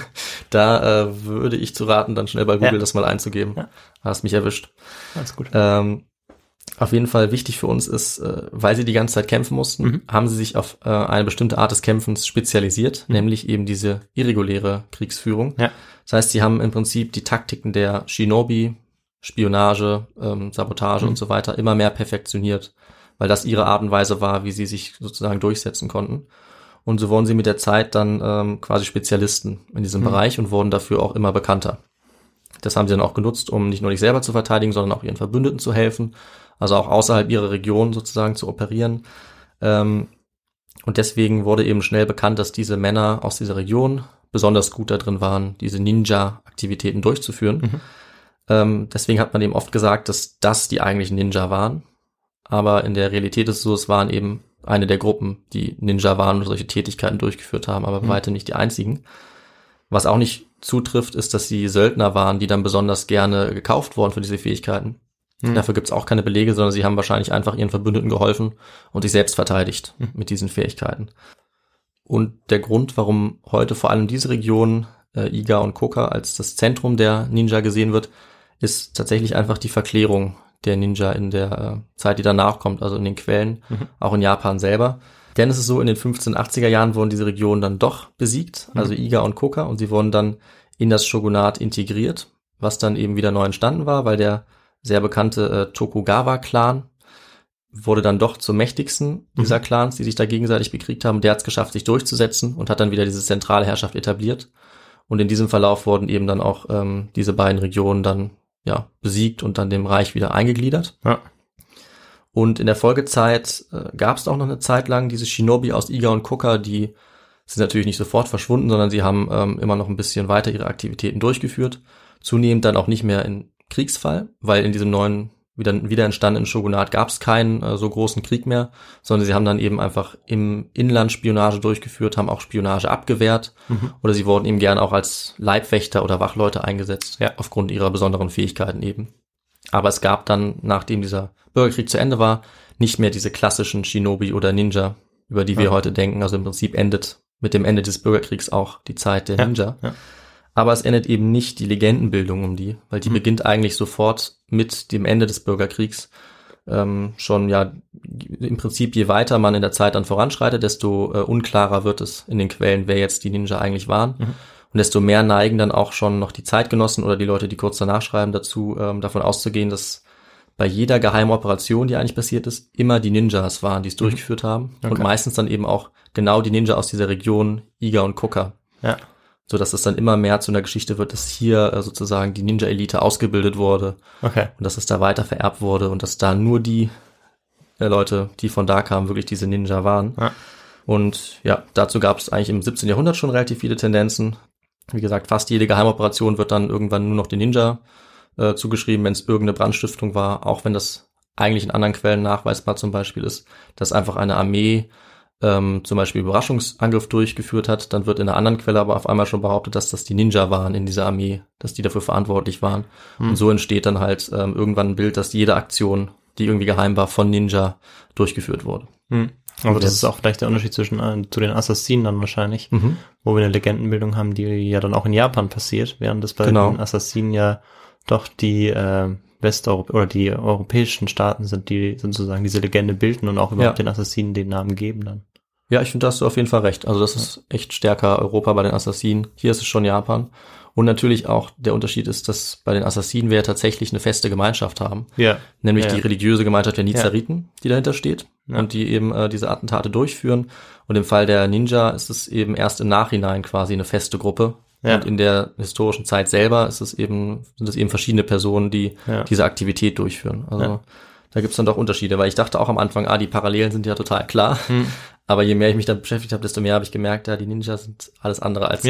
Da würde ich zu raten, dann schnell bei Google das mal einzugeben. Hast mich erwischt. Alles gut. Auf jeden Fall wichtig für uns ist, weil sie die ganze Zeit kämpfen mussten, haben sie sich auf eine bestimmte Art des Kämpfens spezialisiert, nämlich eben diese irreguläre Kriegsführung. Das heißt, sie haben im Prinzip die Taktiken der Shinobi, Spionage, Sabotage und so weiter immer mehr perfektioniert, weil das ihre Art und Weise war, wie sie sich sozusagen durchsetzen konnten. Und so wurden sie mit der Zeit dann quasi Spezialisten in diesem Bereich und wurden dafür auch immer bekannter. Das haben sie dann auch genutzt, um nicht nur sich selber zu verteidigen, sondern auch ihren Verbündeten zu helfen, also auch außerhalb ihrer Region sozusagen zu operieren. Und deswegen wurde eben schnell bekannt, dass diese Männer aus dieser Region besonders gut da drin waren, diese Ninja-Aktivitäten durchzuführen. Deswegen hat man eben oft gesagt, dass das die eigentlichen Ninja waren. Aber in der Realität ist es so, es waren eben eine der Gruppen, die Ninja waren und solche Tätigkeiten durchgeführt haben, aber bei weitem nicht die einzigen. Was auch nicht zutrifft, ist, dass sie Söldner waren, die dann besonders gerne gekauft wurden für diese Fähigkeiten. Dafür gibt es auch keine Belege, sondern sie haben wahrscheinlich einfach ihren Verbündeten geholfen und sich selbst verteidigt mit diesen Fähigkeiten. Und der Grund, warum heute vor allem diese Region, Iga und Koka, als das Zentrum der Ninja gesehen wird, ist tatsächlich einfach die Verklärung der Ninja in der Zeit, die danach kommt, also in den Quellen, auch in Japan selber. Denn es ist so, in den 1580er Jahren wurden diese Regionen dann doch besiegt, also Iga und Koka, und sie wurden dann in das Shogunat integriert, was dann eben wieder neu entstanden war, weil der sehr bekannte Tokugawa-Clan wurde dann doch zum mächtigsten dieser Clans, die sich da gegenseitig bekriegt haben. Der hat es geschafft, sich durchzusetzen und hat dann wieder diese zentrale Herrschaft etabliert. Und in diesem Verlauf wurden eben dann auch diese beiden Regionen dann besiegt und dann dem Reich wieder eingegliedert. Und in der Folgezeit gab es auch noch eine Zeit lang diese Shinobi aus Iga und Koka, die sind natürlich nicht sofort verschwunden, sondern sie haben immer noch ein bisschen weiter ihre Aktivitäten durchgeführt. Zunehmend dann auch nicht mehr in Kriegsfall, weil in diesem neuen wieder entstandenen Shogunat gab es keinen so großen Krieg mehr, sondern sie haben dann eben einfach im Inland Spionage durchgeführt, haben auch Spionage abgewehrt oder sie wurden eben gern auch als Leibwächter oder Wachleute eingesetzt, aufgrund ihrer besonderen Fähigkeiten eben. Aber es gab dann, nachdem dieser Bürgerkrieg zu Ende war, nicht mehr diese klassischen Shinobi oder Ninja, über die wir heute denken. Also im Prinzip endet mit dem Ende des Bürgerkriegs auch die Zeit der Ninja. Ja. Aber es endet eben nicht die Legendenbildung um die, weil die beginnt eigentlich sofort mit dem Ende des Bürgerkriegs. Schon ja im Prinzip, je weiter man in der Zeit dann voranschreitet, desto unklarer wird es in den Quellen, wer jetzt die Ninja eigentlich waren. Und desto mehr neigen dann auch schon noch die Zeitgenossen oder die Leute, die kurz danach schreiben, dazu, davon auszugehen, dass bei jeder geheimen Operation, die eigentlich passiert ist, immer die Ninjas waren, die es durchgeführt haben. Okay. Und meistens dann eben auch genau die Ninja aus dieser Region, Iga und Koka. Ja. So dass es dann immer mehr zu einer Geschichte wird, dass hier sozusagen die Ninja-Elite ausgebildet wurde. Okay. Und dass es da weiter vererbt wurde und dass da nur die Leute, die von da kamen, wirklich diese Ninja waren. Ja. Und ja, dazu gab es eigentlich im 17. Jahrhundert schon relativ viele Tendenzen. Wie gesagt, fast jede Geheimoperation wird dann irgendwann nur noch den Ninja zugeschrieben, wenn es irgendeine Brandstiftung war, auch wenn das eigentlich in anderen Quellen nachweisbar zum Beispiel ist, dass einfach eine Armee zum Beispiel Überraschungsangriff durchgeführt hat, dann wird in einer anderen Quelle aber auf einmal schon behauptet, dass das die Ninja waren in dieser Armee, dass die dafür verantwortlich waren. Und so entsteht dann halt irgendwann ein Bild, dass jede Aktion, die irgendwie geheim war, von Ninja durchgeführt wurde. Aber das ist auch vielleicht der Unterschied zwischen zu den Assassinen dann wahrscheinlich, wo wir eine Legendenbildung haben, die ja dann auch in Japan passiert, während das bei den Assassinen ja doch die oder die europäischen Staaten sind, die sozusagen diese Legende bilden und auch überhaupt den Assassinen den Namen geben dann. Ja, ich finde, da hast du auf jeden Fall recht. Also das ist echt stärker Europa bei den Assassinen. Hier ist es schon Japan. Und natürlich auch der Unterschied ist, dass bei den Assassinen wir ja tatsächlich eine feste Gemeinschaft haben. Ja. Nämlich die religiöse Gemeinschaft der Nizariten, die dahinter steht und die eben diese Attentate durchführen. Und im Fall der Ninja ist es eben erst im Nachhinein quasi eine feste Gruppe. Ja. Und in der historischen Zeit selber sind es eben verschiedene Personen, die diese Aktivität durchführen. Also da gibt's dann doch Unterschiede, weil ich dachte auch am Anfang, die Parallelen sind ja total klar. Aber je mehr ich mich damit beschäftigt habe, desto mehr habe ich gemerkt, die Ninja sind alles andere als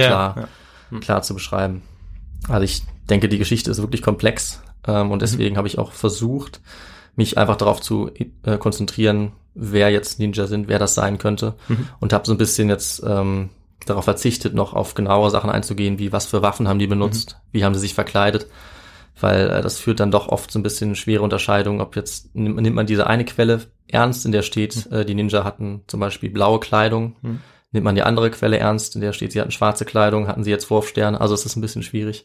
klar zu beschreiben. Also ich denke, die Geschichte ist wirklich komplex und deswegen habe ich auch versucht, mich einfach darauf zu konzentrieren, wer jetzt Ninja sind, wer das sein könnte und habe so ein bisschen jetzt darauf verzichtet, noch auf genaue Sachen einzugehen, wie was für Waffen haben die benutzt, wie haben sie sich verkleidet, weil das führt dann doch oft so ein bisschen schwere Unterscheidungen, ob jetzt nimmt man diese eine Quelle ernst, in der steht, die Ninja hatten zum Beispiel blaue Kleidung, nimmt man die andere Quelle ernst, in der steht, sie hatten schwarze Kleidung, hatten sie jetzt Wurfsterne, also es ist ein bisschen schwierig.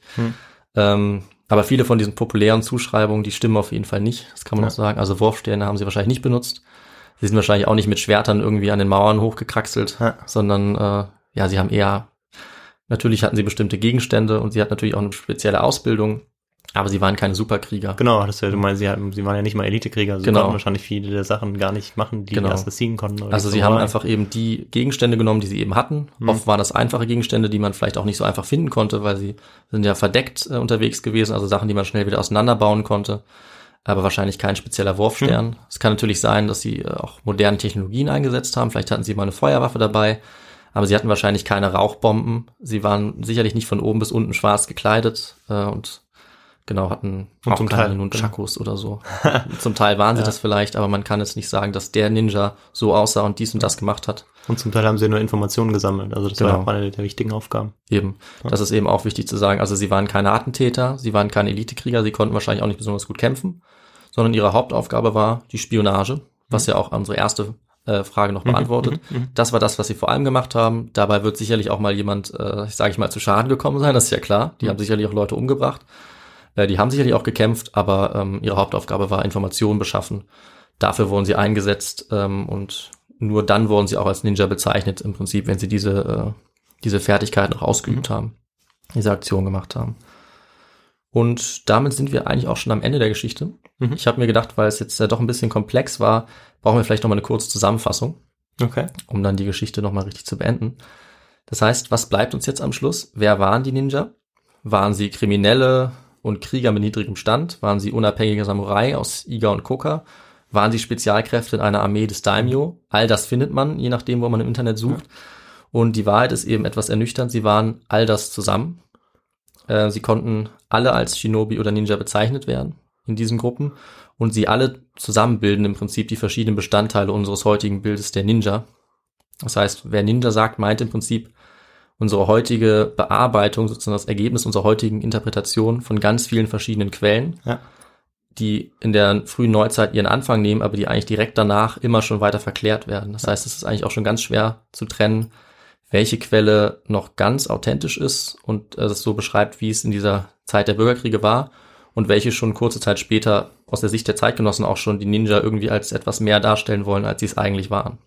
Aber viele von diesen populären Zuschreibungen, die stimmen auf jeden Fall nicht, das kann man auch sagen, also Wurfsterne haben sie wahrscheinlich nicht benutzt, sie sind wahrscheinlich auch nicht mit Schwertern irgendwie an den Mauern hochgekraxelt, sondern sie haben natürlich hatten sie bestimmte Gegenstände und sie hatten natürlich auch eine spezielle Ausbildung, aber sie waren keine Superkrieger. Genau, das du meinst, sie waren ja nicht mal Elitekrieger, also sie konnten wahrscheinlich viele der Sachen gar nicht machen, die Assassinen konnten. Oder also sie haben einfach eben die Gegenstände genommen, die sie eben hatten. Oft waren das einfache Gegenstände, die man vielleicht auch nicht so einfach finden konnte, weil sie sind ja verdeckt unterwegs gewesen, also Sachen, die man schnell wieder auseinanderbauen konnte, aber wahrscheinlich kein spezieller Wurfstern. Es kann natürlich sein, dass sie auch moderne Technologien eingesetzt haben, vielleicht hatten sie mal eine Feuerwaffe dabei, aber sie hatten wahrscheinlich keine Rauchbomben. Sie waren sicherlich nicht von oben bis unten schwarz gekleidet und hatten auch keine Nunchakus oder so. Zum Teil waren sie das vielleicht, aber man kann jetzt nicht sagen, dass der Ninja so aussah und dies und das gemacht hat. Und zum Teil haben sie nur Informationen gesammelt, also das war auch eine der wichtigen Aufgaben. Eben, das ist eben auch wichtig zu sagen. Also sie waren keine Attentäter, sie waren keine Elitekrieger, sie konnten wahrscheinlich auch nicht besonders gut kämpfen, sondern ihre Hauptaufgabe war die Spionage, was ja auch unsere erste Frage noch beantwortet. Das war das, was sie vor allem gemacht haben. Dabei wird sicherlich auch mal jemand, sage ich mal, zu Schaden gekommen sein, das ist ja klar. Die haben sicherlich auch Leute umgebracht. Die haben sicherlich auch gekämpft, aber ihre Hauptaufgabe war Informationen beschaffen. Dafür wurden sie eingesetzt und nur dann wurden sie auch als Ninja bezeichnet, im Prinzip, wenn sie diese Fertigkeiten auch ausgeübt haben, diese Aktion gemacht haben. Und damit sind wir eigentlich auch schon am Ende der Geschichte. Ich habe mir gedacht, weil es jetzt doch ein bisschen komplex war, brauchen wir vielleicht noch mal eine kurze Zusammenfassung, um dann die Geschichte noch mal richtig zu beenden. Das heißt, was bleibt uns jetzt am Schluss? Wer waren die Ninja? Waren sie Kriminelle und Krieger mit niedrigem Stand? Waren sie unabhängige Samurai aus Iga und Koka? Waren sie Spezialkräfte in einer Armee des Daimyo? All das findet man, je nachdem, wo man im Internet sucht. Und die Wahrheit ist eben etwas ernüchternd. Sie waren all das zusammen. Sie konnten alle als Shinobi oder Ninja bezeichnet werden. in diesen Gruppen und sie alle zusammenbilden im Prinzip die verschiedenen Bestandteile unseres heutigen Bildes der Ninja. Das heißt, wer Ninja sagt, meint im Prinzip unsere heutige Bearbeitung, sozusagen das Ergebnis unserer heutigen Interpretation von ganz vielen verschiedenen Quellen, die in der frühen Neuzeit ihren Anfang nehmen, aber die eigentlich direkt danach immer schon weiter verklärt werden. Das heißt, es ist eigentlich auch schon ganz schwer zu trennen, welche Quelle noch ganz authentisch ist und es so beschreibt, wie es in dieser Zeit der Bürgerkriege war und welche schon kurze Zeit später aus der Sicht der Zeitgenossen auch schon die Ninja irgendwie als etwas mehr darstellen wollen, als sie es eigentlich waren.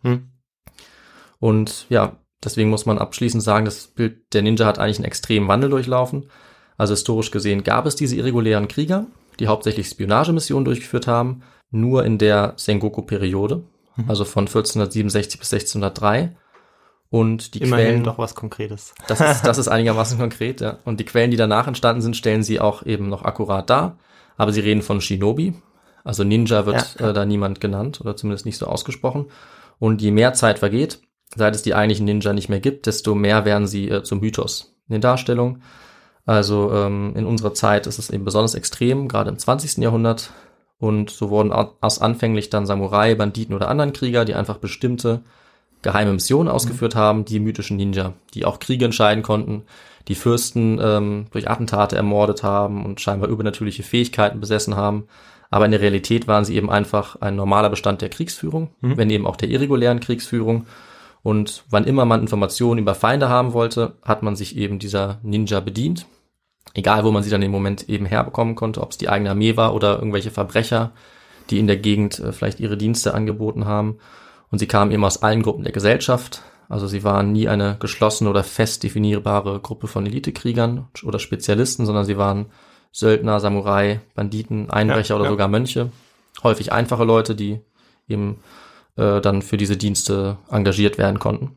Und ja, deswegen muss man abschließend sagen, das Bild der Ninja hat eigentlich einen extremen Wandel durchlaufen. Also historisch gesehen gab es diese irregulären Krieger, die hauptsächlich Spionagemissionen durchgeführt haben, nur in der Sengoku-Periode, also von 1467 bis 1603. Und die Immerhin Quellen, doch was Konkretes. das ist einigermaßen konkret, ja. Und die Quellen, die danach entstanden sind, stellen sie auch eben noch akkurat dar. Aber sie reden von Shinobi. Also Ninja wird da niemand genannt oder zumindest nicht so ausgesprochen. Und je mehr Zeit vergeht, seit es die eigentlichen Ninja nicht mehr gibt, desto mehr werden sie zum Mythos in den Darstellungen. Also in unserer Zeit ist es eben besonders extrem, gerade im 20. Jahrhundert. Und so wurden aus anfänglich dann Samurai, Banditen oder anderen Krieger, die einfach bestimmte geheime Missionen ausgeführt haben, die mythischen Ninja, die auch Kriege entscheiden konnten, die Fürsten durch Attentate ermordet haben und scheinbar übernatürliche Fähigkeiten besessen haben. Aber in der Realität waren sie eben einfach ein normaler Bestand der Kriegsführung, wenn eben auch der irregulären Kriegsführung. Und wann immer man Informationen über Feinde haben wollte, hat man sich eben dieser Ninja bedient. Egal, wo man sie dann im Moment eben herbekommen konnte, ob es die eigene Armee war oder irgendwelche Verbrecher, die in der Gegend vielleicht ihre Dienste angeboten haben. Und sie kamen eben aus allen Gruppen der Gesellschaft. Also sie waren nie eine geschlossene oder fest definierbare Gruppe von Elitekriegern oder Spezialisten, sondern sie waren Söldner, Samurai, Banditen, Einbrecher oder sogar Mönche. Häufig einfache Leute, die eben dann für diese Dienste engagiert werden konnten.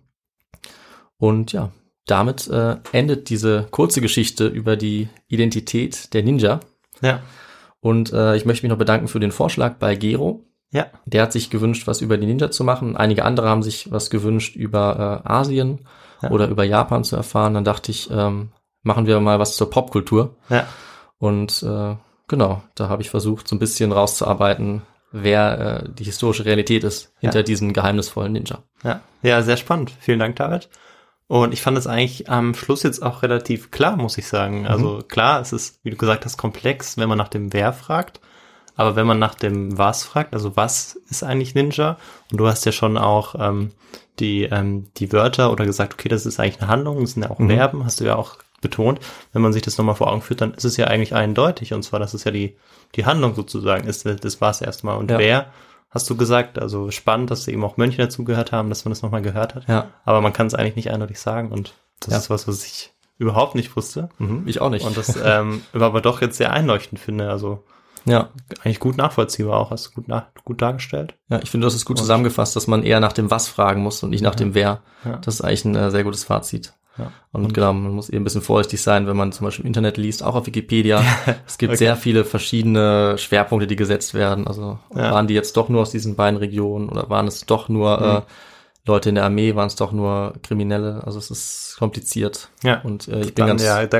Und ja, damit endet diese kurze Geschichte über die Identität der Ninja. Ja. Und ich möchte mich noch bedanken für den Vorschlag bei Gero. Ja. Der hat sich gewünscht, was über die Ninja zu machen. Einige andere haben sich was gewünscht über Asien oder über Japan zu erfahren. Dann dachte ich, machen wir mal was zur Popkultur. Ja. Und genau, da habe ich versucht, so ein bisschen rauszuarbeiten, wer die historische Realität ist hinter diesen geheimnisvollen Ninja. Ja, sehr spannend. Vielen Dank, David. Und ich fand es eigentlich am Schluss jetzt auch relativ klar, muss ich sagen. Also klar, es ist, wie du gesagt hast, komplex, wenn man nach dem Wer fragt. Aber wenn man nach dem Was fragt, also was ist eigentlich Ninja? Und du hast ja schon auch die Wörter oder gesagt, okay, das ist eigentlich eine Handlung, das sind ja auch Verben, hast du ja auch betont. Wenn man sich das nochmal vor Augen führt, dann ist es ja eigentlich eindeutig. Und zwar, dass es ja die Handlung sozusagen ist, das war es erstmal. Und wer, hast du gesagt, also spannend, dass eben auch Mönche dazugehört haben, dass man das nochmal gehört hat. Ja. Aber man kann es eigentlich nicht eindeutig sagen. Und das ist was ich überhaupt nicht wusste. Ich auch nicht. Und das aber doch jetzt sehr einleuchtend finde, also eigentlich gut nachvollziehbar auch, hast du gut dargestellt. Ja, ich finde, das ist gut zusammengefasst, dass man eher nach dem Was fragen muss und nicht nach dem Wer. Ja. Das ist eigentlich ein sehr gutes Fazit. Ja. Und genau, man muss eben ein bisschen vorsichtig sein, wenn man zum Beispiel im Internet liest, auch auf Wikipedia. Es gibt sehr viele verschiedene Schwerpunkte, die gesetzt werden. Also waren die jetzt doch nur aus diesen beiden Regionen oder waren es doch nur Leute in der Armee, waren es doch nur Kriminelle? Also es ist kompliziert. Ja. Und ich bin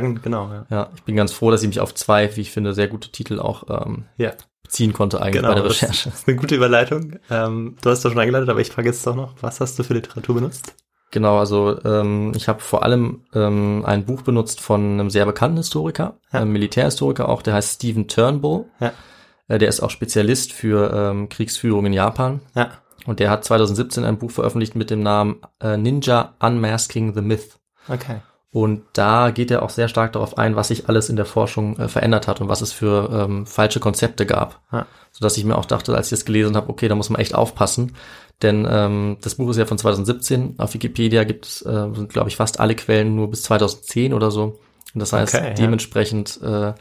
ich bin ganz froh, dass ich mich auf 2, wie ich finde, sehr gute Titel auch beziehen konnte eigentlich bei der Recherche. Das ist eine gute Überleitung. Du hast doch schon eingeleitet, aber ich frage jetzt doch noch, was hast du für Literatur benutzt? Genau, also ich habe vor allem ein Buch benutzt von einem sehr bekannten Historiker, einem Militärhistoriker auch, der heißt Stephen Turnbull. Ja. Der ist auch Spezialist für Kriegsführung in Japan. Ja. Und der hat 2017 ein Buch veröffentlicht mit dem Namen Ninja Unmasking the Myth. Okay. Und da geht er auch sehr stark darauf ein, was sich alles in der Forschung verändert hat und was es für falsche Konzepte gab. Ja. Sodass ich mir auch dachte, als ich das gelesen habe, okay, da muss man echt aufpassen. Denn das Buch ist ja von 2017. Auf Wikipedia sind, glaube ich, fast alle Quellen nur bis 2010 oder so. Und das heißt, dementsprechend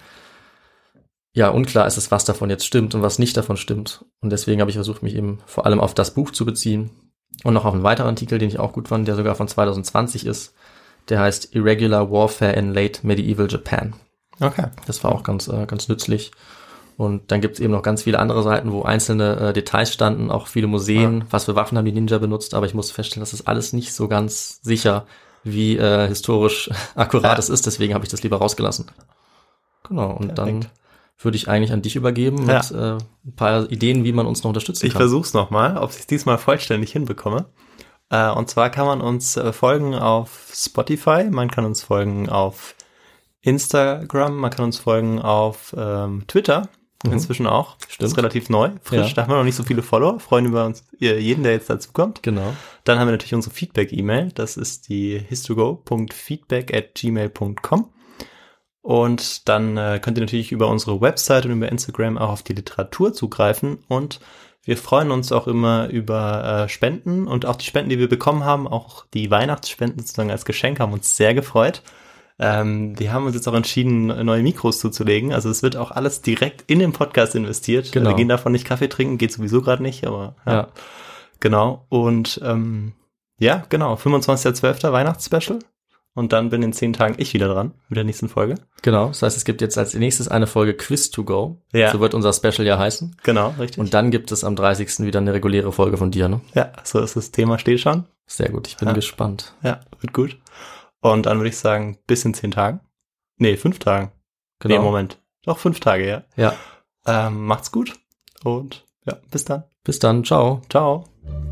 unklar ist es, was davon jetzt stimmt und was nicht davon stimmt. Und deswegen habe ich versucht, mich eben vor allem auf das Buch zu beziehen. Und noch auf einen weiteren Artikel, den ich auch gut fand, der sogar von 2020 ist. Der heißt Irregular Warfare in Late Medieval Japan. Okay. Das war auch ganz nützlich. Und dann gibt es eben noch ganz viele andere Seiten, wo einzelne Details standen, auch viele Museen, was für Waffen haben die Ninja benutzt. Aber ich musste feststellen, dass das alles nicht so ganz sicher, wie historisch akkurat es ist. Deswegen habe ich das lieber rausgelassen. Genau, und dann würde ich eigentlich an dich übergeben mit ein paar Ideen, wie man uns noch unterstützen kann. Ich versuch's nochmal, ob ich es diesmal vollständig hinbekomme. Und zwar kann man uns folgen auf Spotify, man kann uns folgen auf Instagram, man kann uns folgen auf Twitter, inzwischen auch. Stimmt. Das ist relativ neu, frisch, da haben wir noch nicht so viele Follower, freuen über uns jeden, der jetzt dazukommt. Genau. Dann haben wir natürlich unsere Feedback-E-Mail, das ist die histogo.feedback@gmail.com. Und dann könnt ihr natürlich über unsere Website und über Instagram auch auf die Literatur zugreifen. Und wir freuen uns auch immer über Spenden und auch die Spenden, die wir bekommen haben, auch die Weihnachtsspenden sozusagen als Geschenk, haben uns sehr gefreut. Wir haben uns jetzt auch entschieden, neue Mikros zuzulegen. Also es wird auch alles direkt in den Podcast investiert. Genau. Wir gehen davon nicht Kaffee trinken, geht sowieso gerade nicht, aber ja. Genau. Und ja, genau, 25.12. Weihnachtsspecial. Und dann bin in 10 Tagen ich wieder dran mit der nächsten Folge. Genau, das heißt, es gibt jetzt als nächstes eine Folge Quiz to go. Ja. So wird unser Special ja heißen. Genau, richtig. Und dann gibt es am 30. wieder eine reguläre Folge von dir, ne? Ja, so ist das Thema, steht schon. Sehr gut, ich bin gespannt. Ja, wird gut. Und dann würde ich sagen, bis in 10 Tagen. Nee, 5 Tagen. Genau. Nee, Moment. Doch, 5 Tage, ja. Ja. Macht's gut und ja, bis dann. Bis dann, ciao. Ciao.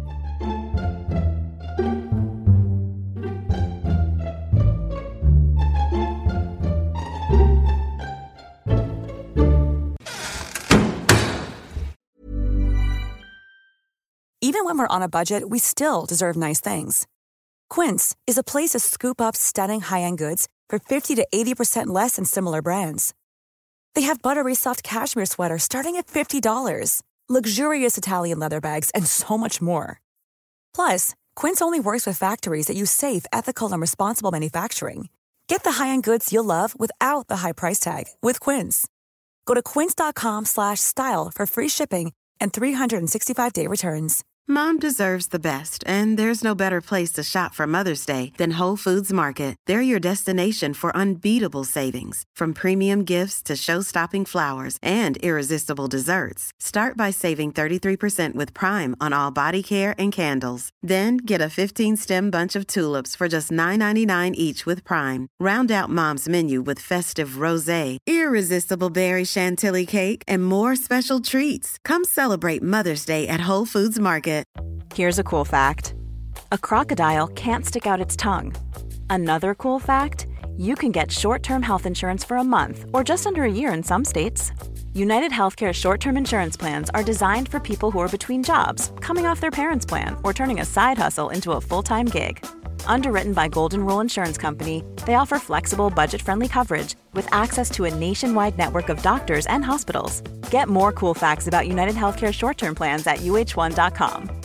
Even when we're on a budget, we still deserve nice things. Quince is a place to scoop up stunning high-end goods for 50 to 80% less than similar brands. They have buttery soft cashmere sweaters starting at $50, luxurious Italian leather bags, and so much more. Plus, Quince only works with factories that use safe, ethical, and responsible manufacturing. Get the high-end goods you'll love without the high price tag with Quince. Go to quince.com/style for free shipping and 365-day returns. Mom deserves the best, and there's no better place to shop for Mother's Day than Whole Foods Market. They're your destination for unbeatable savings, from premium gifts to show-stopping flowers and irresistible desserts. Start by saving 33% with Prime on all body care and candles. Then get a 15-stem bunch of tulips for just $9.99 each with Prime. Round out Mom's menu with festive rosé, irresistible berry chantilly cake, and more special treats. Come celebrate Mother's Day at Whole Foods Market. Here's a cool fact. A crocodile can't stick out its tongue. Another cool fact, you can get short-term health insurance for a month or just under a year in some states. United Healthcare short-term insurance plans are designed for people who are between jobs, coming off their parents' plan, or turning a side hustle into a full-time gig. Underwritten by Golden Rule Insurance Company, they offer flexible, budget-friendly coverage with access to a nationwide network of doctors and hospitals. Get more cool facts about United Healthcare short-term plans at uh1.com.